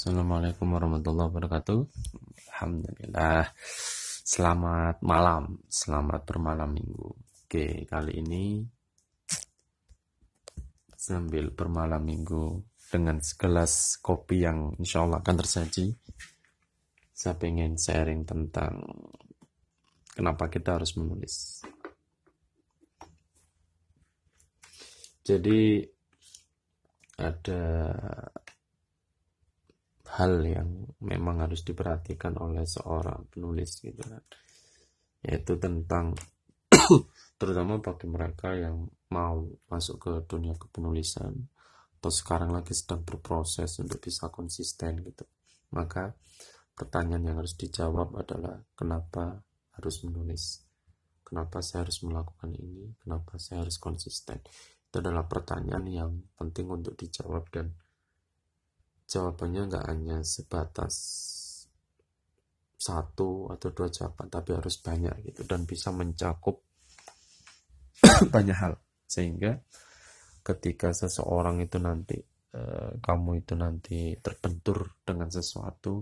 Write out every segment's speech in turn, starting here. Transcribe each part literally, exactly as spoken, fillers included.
Assalamualaikum warahmatullahi wabarakatuh. Alhamdulillah. Selamat malam, selamat bermalam minggu. Oke, kali ini sambil bermalam minggu dengan segelas kopi yang insya Allah akan tersaji, saya pengen sharing tentang kenapa kita harus menulis. Jadi ada hal yang memang harus diperhatikan oleh seorang penulis gitu kan, yaitu tentang terutama bagi mereka yang mau masuk ke dunia kepenulisan atau sekarang lagi sedang berproses untuk bisa konsisten gitu. Maka pertanyaan yang harus dijawab adalah kenapa harus menulis, kenapa saya harus melakukan ini, kenapa saya harus konsisten. Itu adalah pertanyaan yang penting untuk dijawab, dan jawabannya nggak hanya sebatas satu atau dua jawaban, tapi harus banyak gitu, dan bisa mencakup banyak hal, sehingga ketika seseorang itu nanti eh, kamu itu nanti terbentur dengan sesuatu,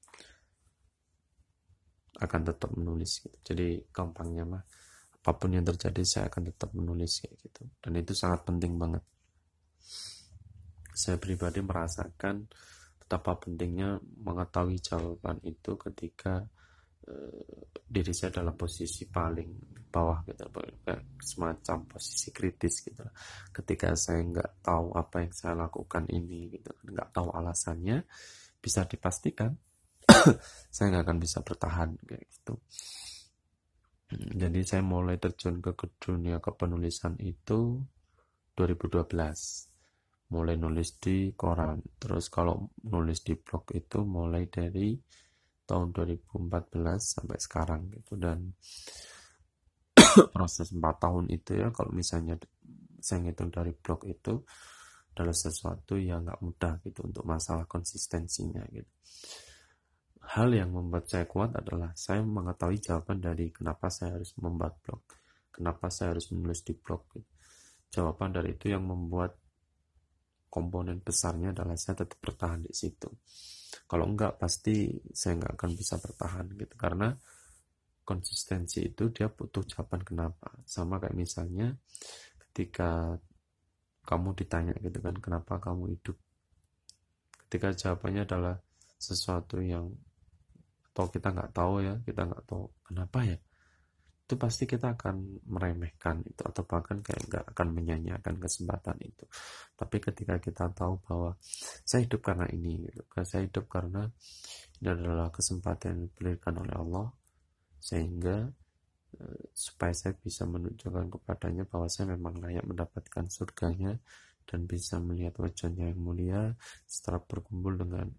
akan tetap menulis gitu. Jadi gampangnya mah apapun yang terjadi saya akan tetap menulis kayak gitu, dan itu sangat penting banget. Saya pribadi merasakan betapa pentingnya mengetahui jawaban itu ketika uh, diri saya dalam posisi paling bawah gitu, semacam posisi kritis gitu. Ketika saya nggak tahu apa yang saya lakukan ini gitu, nggak tahu alasannya, bisa dipastikan saya nggak akan bisa bertahan kayak gitu. Jadi saya mulai terjun ke dunia kepenulisan itu dua ribu dua belas, mulai nulis di koran. Terus kalau nulis di blog itu mulai dari tahun dua ribu empat belas sampai sekarang gitu. Dan proses empat tahun itu ya, kalau misalnya saya ngitung dari blog itu, adalah sesuatu yang nggak mudah gitu untuk masalah konsistensinya gitu. Hal yang membuat saya kuat adalah saya mengetahui jawaban dari kenapa saya harus membuat blog, kenapa saya harus menulis di blog gitu. Jawaban dari itu yang membuat komponen besarnya adalah saya tetap bertahan di situ. Kalau enggak, pasti saya nggak akan bisa bertahan gitu, karena konsistensi itu dia butuh jawaban kenapa. Sama kayak misalnya ketika kamu ditanya gitu kan, kenapa kamu hidup, ketika jawabannya adalah sesuatu yang atau kita nggak tahu ya, kita nggak tahu kenapa ya, itu pasti kita akan meremehkan itu, atau bahkan kayak nggak akan menyanyiakan kesempatan itu. Tapi ketika kita tahu bahwa saya hidup karena ini gitu, saya hidup karena ini adalah kesempatan yang diberikan oleh Allah, sehingga eh, supaya saya bisa menunjukkan kepadanya bahwa saya memang layak mendapatkan surganya dan bisa melihat wajahnya yang mulia setelah berkumpul dengan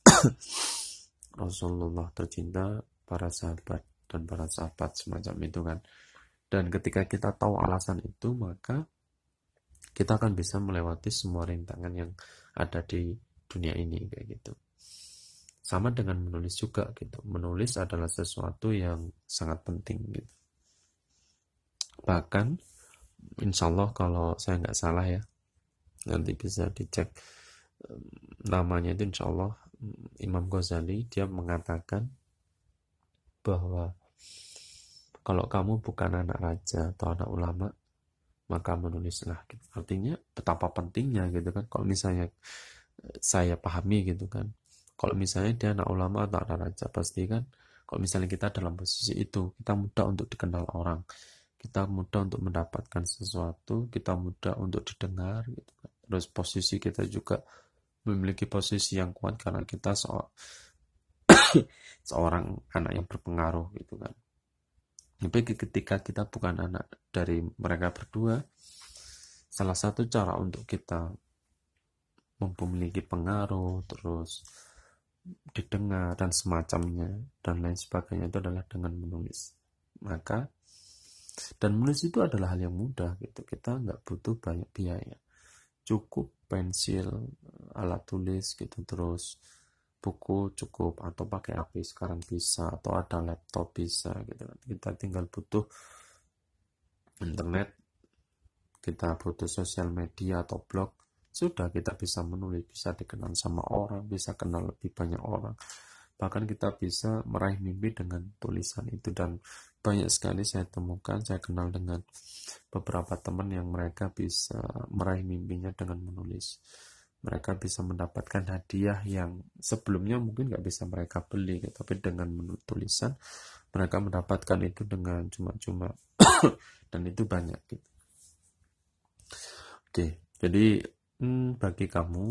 Rasulullah tercinta, para sahabat dan para sahabat semacam itu kan. Dan ketika kita tahu alasan itu, maka kita akan bisa melewati semua rintangan yang ada di dunia ini kayak gitu. Sama dengan menulis juga gitu. Menulis adalah sesuatu yang sangat penting gitu. Bahkan insya Allah kalau saya nggak salah ya, nanti bisa dicek namanya itu, insya Allah Imam Ghazali, dia mengatakan bahwa kalau kamu bukan anak raja atau anak ulama, maka menulislah gitu. Artinya betapa pentingnya gitu kan. Kalau misalnya saya pahami gitu kan, kalau misalnya dia anak ulama atau anak raja, pasti kan kalau misalnya kita dalam posisi itu, kita mudah untuk dikenal orang, kita mudah untuk mendapatkan sesuatu, kita mudah untuk didengar gitu kan. Terus posisi kita juga memiliki posisi yang kuat karena kita so- seorang anak yang berpengaruh gitu kan. Tapi ketika kita bukan anak dari mereka berdua, salah satu cara untuk kita memiliki pengaruh, terus didengar dan semacamnya dan lain sebagainya, itu adalah dengan menulis. Maka dan menulis itu adalah hal yang mudah gitu. Kita nggak butuh banyak biaya, cukup pensil, alat tulis gitu, terus buku cukup, atau pakai H P sekarang bisa, atau ada laptop bisa gitu. Kita tinggal butuh internet, kita butuh sosial media atau blog, sudah kita bisa menulis, bisa dikenal sama orang, bisa kenal lebih banyak orang, bahkan kita bisa meraih mimpi dengan tulisan itu. Dan banyak sekali saya temukan, saya kenal dengan beberapa teman yang mereka bisa meraih mimpinya dengan menulis. Mereka bisa mendapatkan hadiah yang sebelumnya mungkin nggak bisa mereka beli, tapi dengan menulis tulisan mereka mendapatkan itu dengan cuma-cuma. Dan itu banyak gitu. Oke, jadi hmm, bagi kamu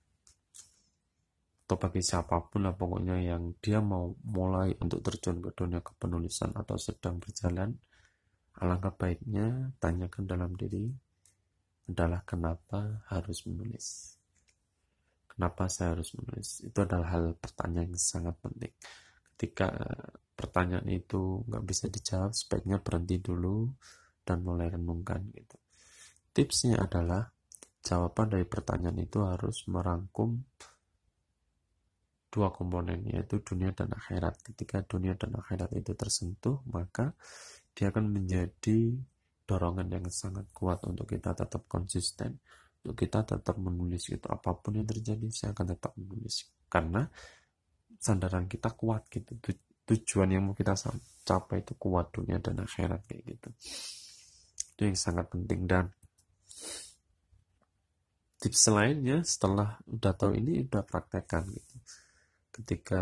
atau bagi siapapun lah pokoknya yang dia mau mulai untuk terjun ke dunia kepenulisan atau sedang berjalan, alangkah baiknya tanyakan dalam diri adalah kenapa harus menulis. Kenapa saya harus menulis? Itu adalah hal pertanyaan yang sangat penting. Ketika pertanyaan itu nggak bisa dijawab, sebaiknya berhenti dulu dan mulai renungkan gitu. Tipsnya adalah jawaban dari pertanyaan itu harus merangkum dua komponen, yaitu dunia dan akhirat. Ketika dunia dan akhirat itu tersentuh, maka dia akan menjadi dorongan yang sangat kuat untuk kita tetap konsisten, untuk kita tetap menulis gitu. Apapun yang terjadi, saya akan tetap menulis. Karena sandaran kita kuat gitu. Tujuan yang mau kita capai itu kuat, dunia dan akhirat kayak gitu. Itu yang sangat penting. Dan tips lainnya setelah udah tahu ini, udah praktekkan gitu. Ketika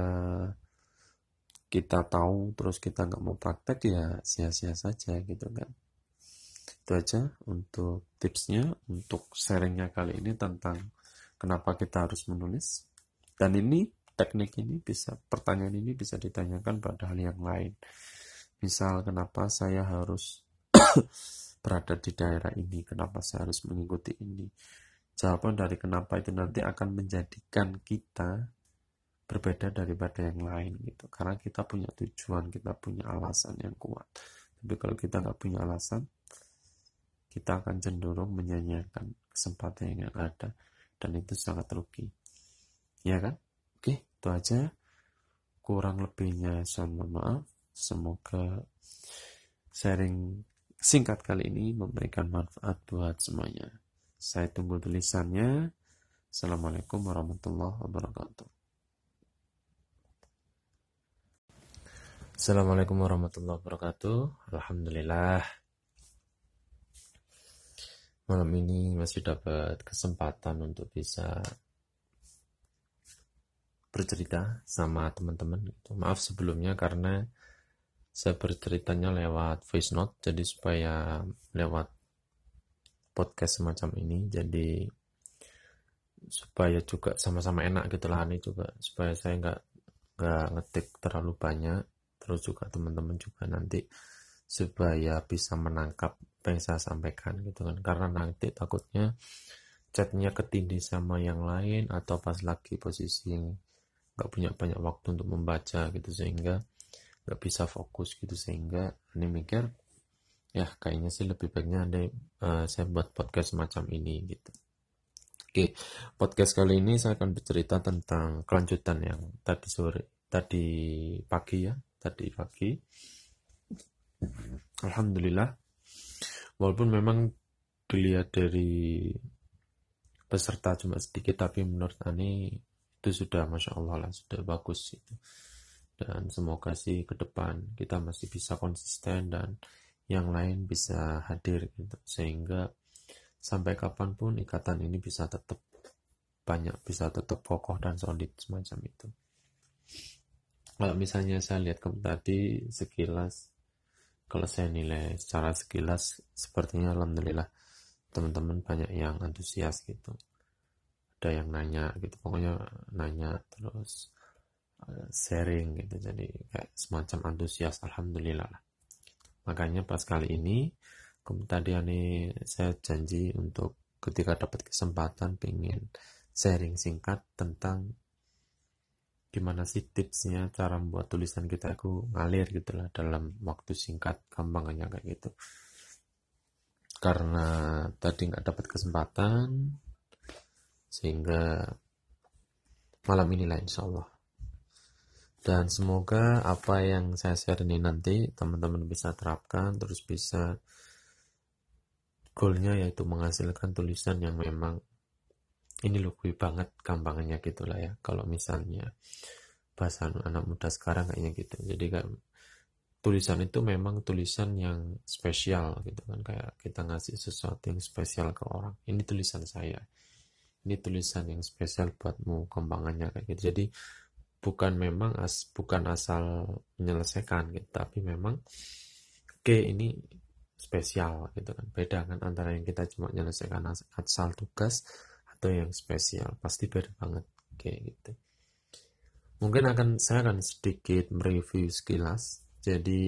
kita tahu terus kita nggak mau praktek, ya sia-sia saja gitu kan. Itu aja untuk tipsnya, untuk sharingnya kali ini tentang kenapa kita harus menulis. Dan ini teknik ini bisa, pertanyaan ini bisa ditanyakan pada hal yang lain. Misal, kenapa saya harus berada di daerah ini, kenapa saya harus mengikuti ini. Jawaban dari kenapa itu nanti akan menjadikan kita berbeda daripada yang lain gitu. Karena kita punya tujuan, kita punya alasan yang kuat. Tapi kalau kita nggak punya alasan, kita akan cenderung menyanyiakan kesempatan yang ada, dan itu sangat rugi. Ya kan? Oke, itu aja. Kurang lebihnya saya mohon maaf. Semoga sharing singkat kali ini memberikan manfaat buat semuanya. Saya tunggu tulisannya. Assalamualaikum warahmatullahi wabarakatuh. Assalamualaikum warahmatullahi wabarakatuh. Alhamdulillah, malam ini masih dapat kesempatan untuk bisa bercerita sama teman-teman gitu. Maaf sebelumnya karena saya berceritanya lewat voice note, jadi supaya lewat podcast semacam ini, jadi supaya juga sama-sama enak gitu lah, ini juga supaya saya nggak nggak ngetik terlalu banyak. Terus juga teman-teman juga nanti supaya bisa menangkap apa yang saya sampaikan gitu kan. Karena nanti takutnya chatnya ketindih sama yang lain, atau pas lagi posisi yang nggak punya banyak waktu untuk membaca gitu, sehingga nggak bisa fokus gitu. Sehingga ini mikir, ya kayaknya sih lebih baiknya ada uh, saya buat podcast semacam ini gitu. Oke, podcast kali ini saya akan bercerita tentang kelanjutan yang tadi sore, tadi pagi ya. Tadi pagi, alhamdulillah, walaupun memang dilihat dari peserta cuma sedikit, tapi menurut Ani itu sudah masya Allah lah, sudah bagus itu. Dan semoga sih ke depan kita masih bisa konsisten dan yang lain bisa hadir gitu, sehingga sampai kapanpun ikatan ini bisa tetap banyak, bisa tetap kokoh dan solid semacam itu. Kalau misalnya saya lihat ke tadi sekilas, kalau saya nilai secara sekilas, sepertinya alhamdulillah teman-teman banyak yang antusias gitu. Ada yang nanya gitu, pokoknya nanya terus uh, sharing gitu, jadi kayak semacam antusias, alhamdulillah lah. Makanya pas kali ini, tadi ini saya janji untuk ketika dapat kesempatan pengen sharing singkat tentang gimana sih tipsnya cara membuat tulisan kita itu ngalir gitu lah dalam waktu singkat, gampang aja kayak gitu. Karena tadi nggak dapat kesempatan, sehingga malam inilah insya Allah. Dan semoga apa yang saya share ini nanti teman-teman bisa terapkan, terus bisa goalnya yaitu menghasilkan tulisan yang memang ini loh gue banget gampangnya gitulah ya, kalau misalnya bahasa anak muda sekarang kayaknya gitu. Jadi kayak tulisan itu memang tulisan yang spesial gitu kan, kayak kita ngasih sesuatu yang spesial ke orang, ini tulisan saya, ini tulisan yang spesial buatmu, gampangannya kayak gitu. Jadi bukan memang as bukan asal menyelesaikan gitu, tapi memang oke okay, ini spesial gitu kan. Beda kan antara yang kita cuma menyelesaikan asal tugas atau yang spesial, pasti beda banget kayak gitu. Mungkin akan saya akan sedikit mereview sekilas. Jadi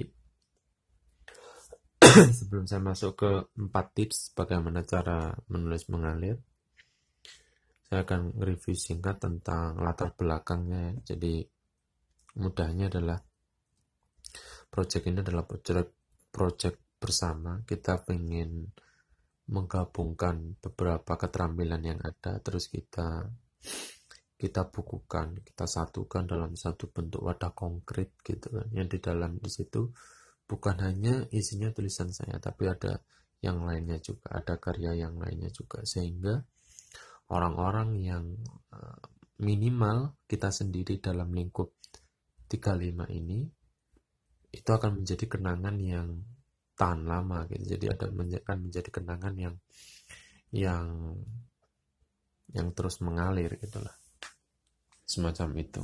sebelum saya masuk ke empat tips bagaimana cara menulis mengalir, saya akan review singkat tentang latar belakangnya ya. Jadi mudahnya adalah project ini adalah project project bersama. Kita pengen menggabungkan beberapa keterampilan yang ada, terus kita kita bukukan, kita satukan dalam satu bentuk wadah konkret gitu kan. Yang di dalam di situ bukan hanya isinya tulisan saya, tapi ada yang lainnya juga, ada karya yang lainnya juga, sehingga orang-orang yang uh, minimal kita sendiri dalam lingkup tiga puluh lima ini itu akan menjadi kenangan yang tahan lama gitu. Jadi ada akan menjadi kenangan yang yang yang terus mengalir gitulah, semacam itu.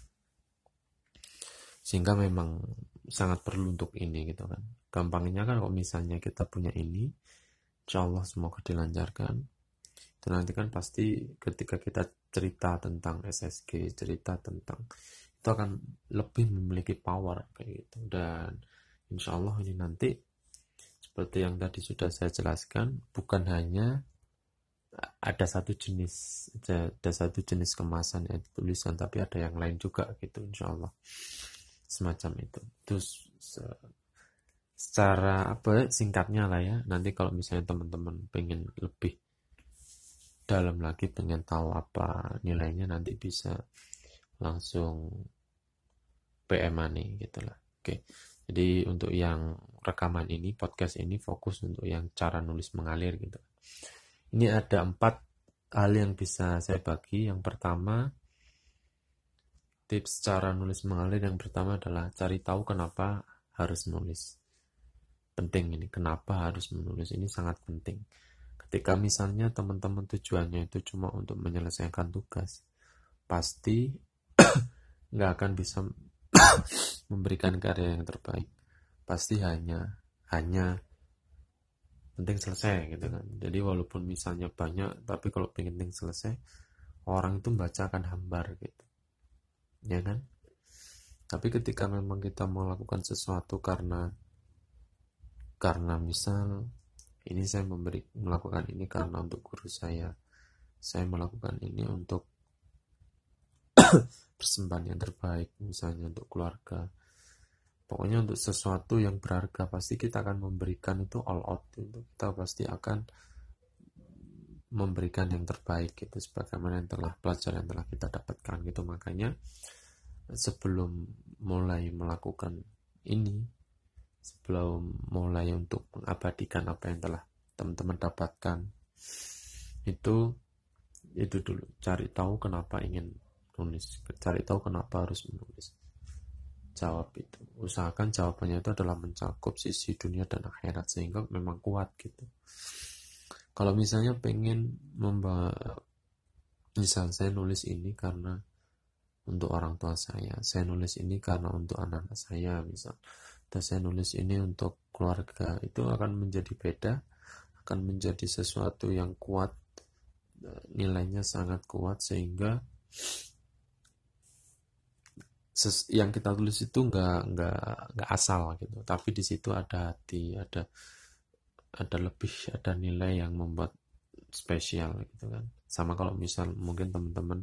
Sehingga memang sangat perlu untuk ini gitu kan. Gampangnya kan kalau misalnya kita punya ini, insya Allah semoga dilancarkan. Dan nanti kan pasti ketika kita cerita tentang S S G, cerita tentang itu akan lebih memiliki power kayak gitu. Dan insya Allah ini nanti seperti yang tadi sudah saya jelaskan, bukan hanya ada satu jenis ada, ada satu jenis kemasan ya tulisan, tapi ada yang lain juga gitu insya Allah, semacam itu. Terus secara apa singkatnya lah ya, nanti kalau misalnya teman-teman pengen lebih dalam lagi, pengen tahu apa nilainya, nanti bisa langsung P M nih gitulah. Oke, jadi untuk yang rekaman ini, podcast ini fokus untuk yang cara nulis mengalir gitu. Ini ada empat hal yang bisa saya bagi. Yang pertama, tips cara nulis mengalir yang pertama adalah cari tahu kenapa harus nulis. Penting ini, kenapa harus menulis, ini sangat penting. Ketika misalnya teman-teman tujuannya itu cuma untuk menyelesaikan tugas, pasti nggak akan bisa memberikan karya yang terbaik. Pasti hanya hanya penting selesai gitu kan. Jadi walaupun misalnya banyak, tapi kalau penting selesai, orang itu baca akan hambar gitu, ya kan. Tapi ketika memang kita melakukan sesuatu karena karena misal ini saya memberi melakukan ini karena untuk guru saya, saya melakukan ini untuk persembahan yang terbaik, misalnya untuk keluarga, pokoknya untuk sesuatu yang berharga, pasti kita akan memberikan itu all out gitu. Kita pasti akan memberikan yang terbaik gitu, sebagaimana yang telah pelajaran yang telah kita dapatkan gitu. Makanya sebelum mulai melakukan ini, sebelum mulai untuk mengabadikan apa yang telah teman-teman dapatkan, itu itu dulu cari tahu kenapa ingin nulis, cari tahu kenapa harus menulis. Jawab itu, usahakan jawabannya itu adalah mencakup sisi dunia dan akhirat, sehingga memang kuat gitu. Kalau misalnya pengen membawa, misal saya nulis ini karena untuk orang tua saya, saya nulis ini karena untuk anak-anak saya misal, dan saya nulis ini untuk keluarga, itu akan menjadi beda, akan menjadi sesuatu yang kuat, nilainya sangat kuat, sehingga Ses, yang kita tulis itu nggak nggak nggak asal gitu, tapi di situ ada hati, ada ada lebih, ada nilai yang membuat spesial gitu kan. Sama kalau misal mungkin teman-teman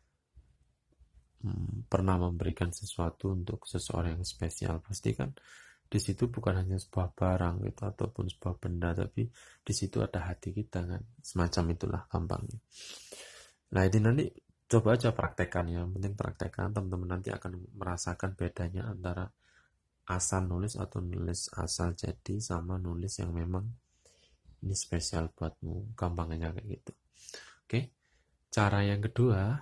hmm, pernah memberikan sesuatu untuk seseorang yang spesial, pasti kan di situ bukan hanya sebuah barang gitu ataupun sebuah benda, tapi di situ ada hati kita kan, semacam itulah gampangnya. Nah ini nanti coba aja praktekan ya, penting praktekan, teman-teman nanti akan merasakan bedanya antara asal nulis atau nulis asal jadi sama nulis yang memang ini spesial buatmu, gampangnya kayak gitu. Oke, Cara yang kedua,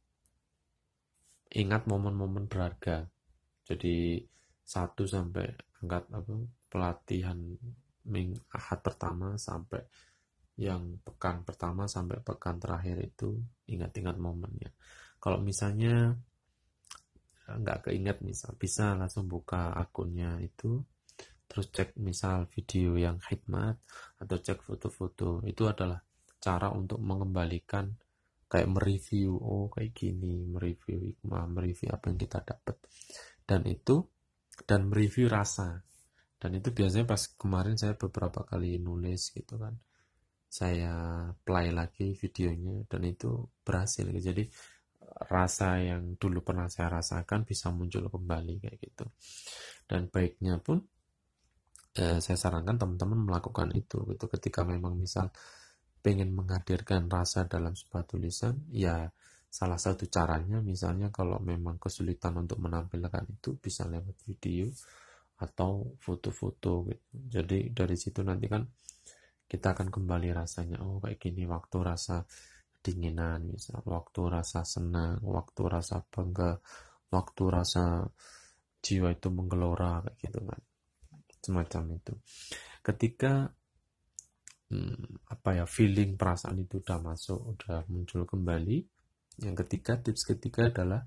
ingat momen-momen berharga. Jadi satu sampai angkat apa pelatihan ming ahad pertama sampai yang pekan pertama sampai pekan terakhir itu ingat-ingat momennya. Kalau misalnya nggak keinget, misal bisa langsung buka akunnya itu, terus cek misal video yang khidmat atau cek foto-foto. Itu adalah cara untuk mengembalikan, kayak mereview, oh kayak gini, mereview hikmah, mereview apa yang kita dapat, dan itu dan mereview rasa. Dan itu biasanya pas kemarin saya beberapa kali nulis gitu kan, saya play lagi videonya dan itu berhasil gitu. Jadi rasa yang dulu pernah saya rasakan bisa muncul kembali kayak gitu. Dan baiknya pun eh, saya sarankan teman-teman melakukan itu gitu. Ketika memang misal pengen menghadirkan rasa dalam sebuah tulisan, ya salah satu caranya misalnya kalau memang kesulitan untuk menampilkan itu bisa lewat video atau foto-foto gitu. Jadi dari situ nanti kan kita akan kembali rasanya, oh kayak gini waktu rasa dinginan, misal waktu rasa senang, waktu rasa bangga, waktu rasa jiwa itu menggelora kayak gitu kan, semacam itu. Ketika hmm, apa ya feeling perasaan itu udah masuk, udah muncul kembali, yang ketiga, tips ketiga adalah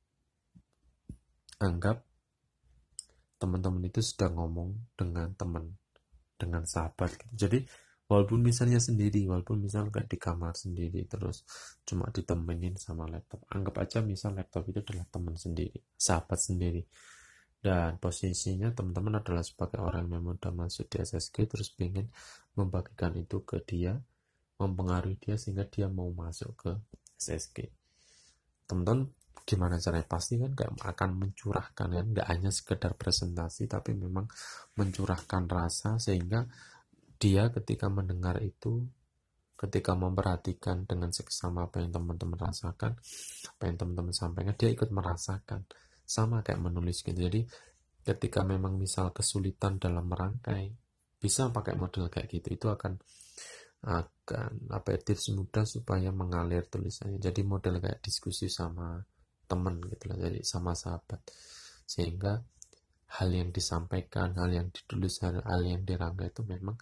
anggap teman-teman itu sedang ngomong dengan teman, dengan sahabat gitu. Jadi walaupun misalnya sendiri, walaupun misal kayak di kamar sendiri terus cuma ditemenin sama laptop, anggap aja misal laptop itu adalah teman sendiri, sahabat sendiri, dan posisinya teman-teman adalah sebagai orang yang udah masuk di S S G terus pengen membagikan itu ke dia, mempengaruhi dia sehingga dia mau masuk ke S S G. Teman-teman gimana caranya? Pasti kan gak akan mencurahkan kan, gak hanya sekedar presentasi tapi memang mencurahkan rasa sehingga dia ketika mendengar itu, ketika memperhatikan dengan seksama apa yang teman-teman rasakan, apa yang teman-teman sampaikan, dia ikut merasakan. Sama kayak menulis gitu. Jadi ketika memang misal kesulitan dalam merangkai, bisa pakai model kayak gitu. Itu akan akan apa ya, tips mudah supaya mengalir tulisannya. Jadi model kayak diskusi sama teman gitu lah. Jadi sama sahabat. Sehingga hal yang disampaikan, hal yang ditulis, hal, hal yang dirangkai itu memang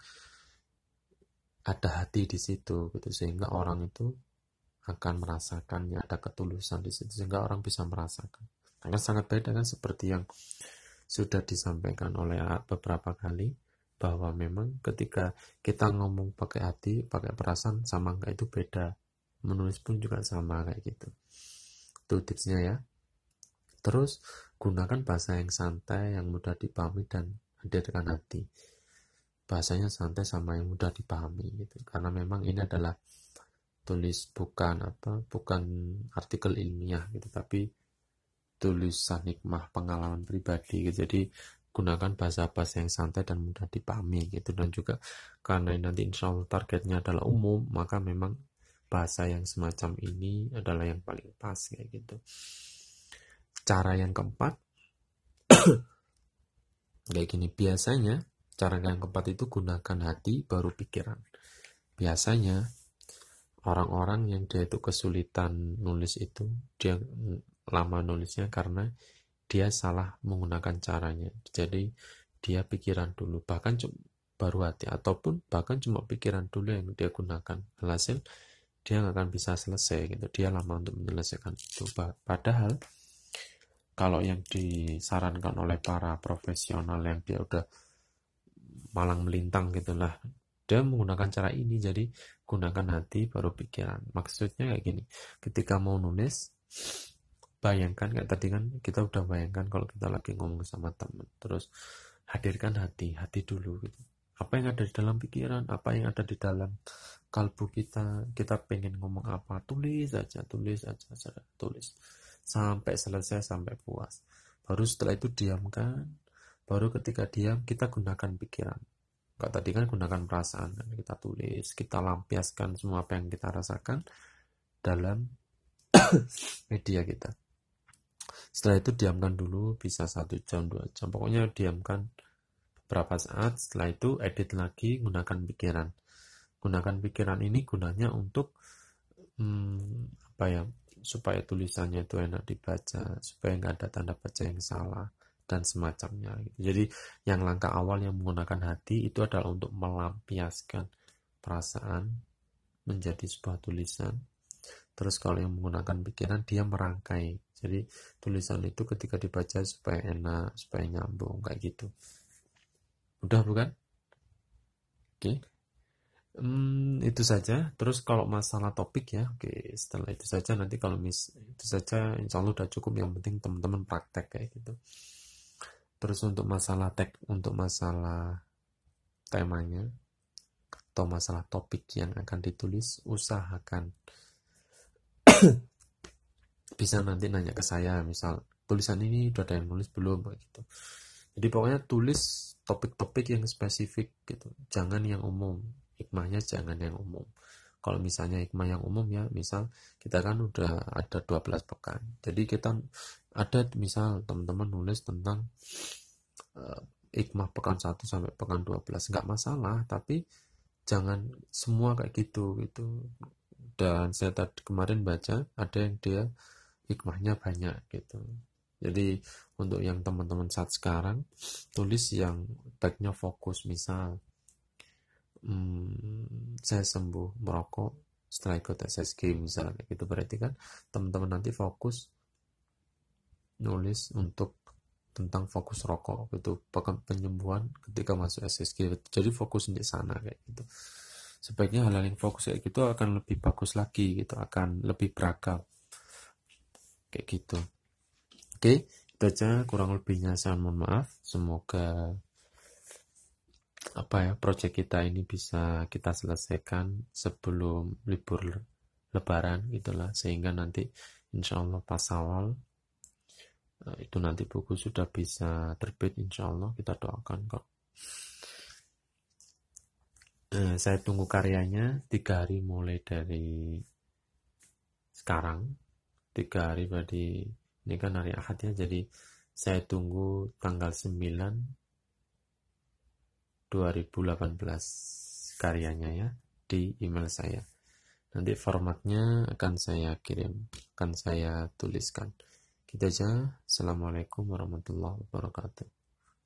ada hati di situ gitu, sehingga orang itu akan merasakannya, ada ketulusan di situ sehingga orang bisa merasakan. Karena sangat beda kan seperti yang sudah disampaikan oleh beberapa kali, bahwa memang ketika kita ngomong pakai hati, pakai perasaan sama enggak itu beda. Menulis pun juga sama kayak gitu. Itu tipsnya ya. Terus gunakan bahasa yang santai, yang mudah dipahami dan hadirkan hati. Bahasanya santai sama yang mudah dipahami gitu, karena memang ini adalah tulis bukan apa bukan artikel ilmiah gitu, tapi tulisan hikmah pengalaman pribadi gitu. Jadi gunakan bahasa-bahasa yang santai dan mudah dipahami gitu. Dan juga karena nanti insya Allah targetnya adalah umum, maka memang bahasa yang semacam ini adalah yang paling pas kayak gitu. Cara yang keempat kayak gini, biasanya cara yang keempat itu gunakan hati baru pikiran. Biasanya orang-orang yang dia itu kesulitan nulis itu, dia lama nulisnya karena dia salah menggunakan caranya. Jadi dia pikiran dulu, bahkan cuma baru hati, ataupun bahkan cuma pikiran dulu yang dia gunakan. Alhasil dia nggak akan bisa selesai gitu. Dia lama untuk menyelesaikan itu. Padahal kalau yang disarankan oleh para profesional yang dia udah malang melintang gitulah, dia menggunakan cara ini. Jadi gunakan hati baru pikiran. Maksudnya kayak gini, ketika mau nulis, bayangkan kayak tadi kan kita udah bayangkan kalau kita lagi ngomong sama teman, terus hadirkan hati, hati dulu gitu. Apa yang ada di dalam pikiran, apa yang ada di dalam kalbu kita, kita pengen ngomong apa, tulis aja, tulis aja, tulis sampai selesai, sampai puas. Baru setelah itu diamkan. Baru ketika diam, kita gunakan pikiran. Kalau tadi kan gunakan perasaan, kan kita tulis, kita lampiaskan semua apa yang kita rasakan dalam media kita. Setelah itu diamkan dulu, bisa satu jam, dua jam. Pokoknya diamkan beberapa saat. Setelah itu edit lagi, gunakan pikiran. Gunakan pikiran ini gunanya untuk hmm, apa ya, supaya tulisannya itu enak dibaca, supaya nggak ada tanda baca yang salah dan semacamnya gitu. Jadi yang langkah awal yang menggunakan hati itu adalah untuk melampiaskan perasaan menjadi sebuah tulisan. Terus kalau yang menggunakan pikiran, dia merangkai. Jadi tulisan itu ketika dibaca supaya enak, supaya nyambung kayak gitu. Udah bukan? Oke. Hmm, itu saja. Terus kalau masalah topik ya, oke, setelah itu saja nanti kalau mis itu saja insya Allah udah cukup. Yang penting teman-teman praktek kayak gitu. Terus untuk masalah tek, untuk masalah temanya atau masalah topik yang akan ditulis, usahakan bisa nanti nanya ke saya, misal tulisan ini udah ada yang nulis belum gitu. Jadi pokoknya tulis topik-topik yang spesifik gitu, jangan yang umum. Hikmahnya jangan yang umum. Kalau misalnya hikmah yang umum ya, misal kita kan udah ada dua belas pekan, jadi kita ada misal teman-teman nulis tentang uh, hikmah pekan satu sampai pekan dua belas, nggak masalah, tapi jangan semua kayak gitu gitu. Dan saya tadi kemarin baca ada yang dia hikmahnya banyak gitu. Jadi untuk yang teman-teman saat sekarang, tulis yang tagnya fokus. Misal hmm, saya sembuh merokok setelah ikut S S G misalnya gitu. Berarti kan teman-teman nanti fokus nulis untuk tentang fokus rokok gitu, penyembuhan ketika masuk S S G. Jadi fokus di sana kayak gitu. Sebaiknya hal-hal yang fokus kayak gitu akan lebih bagus lagi gitu, akan lebih beragam kayak gitu. Oke, itu aja kurang lebihnya, saya mohon maaf. Semoga apa ya, proyek kita ini bisa kita selesaikan sebelum libur lebaran gitulah, sehingga nanti insya Allah pas awal itu nanti buku sudah bisa terbit, insya Allah kita doakan kok. Eh, saya tunggu karyanya tiga hari mulai dari sekarang. Tiga hari berarti ini kan hari Ahad ya, jadi saya tunggu tanggal sembilan dua ribu delapan belas karyanya ya di email saya. Nanti formatnya akan saya kirim, akan saya tuliskan. Gitu aja. Assalamualaikum warahmatullahi wabarakatuh.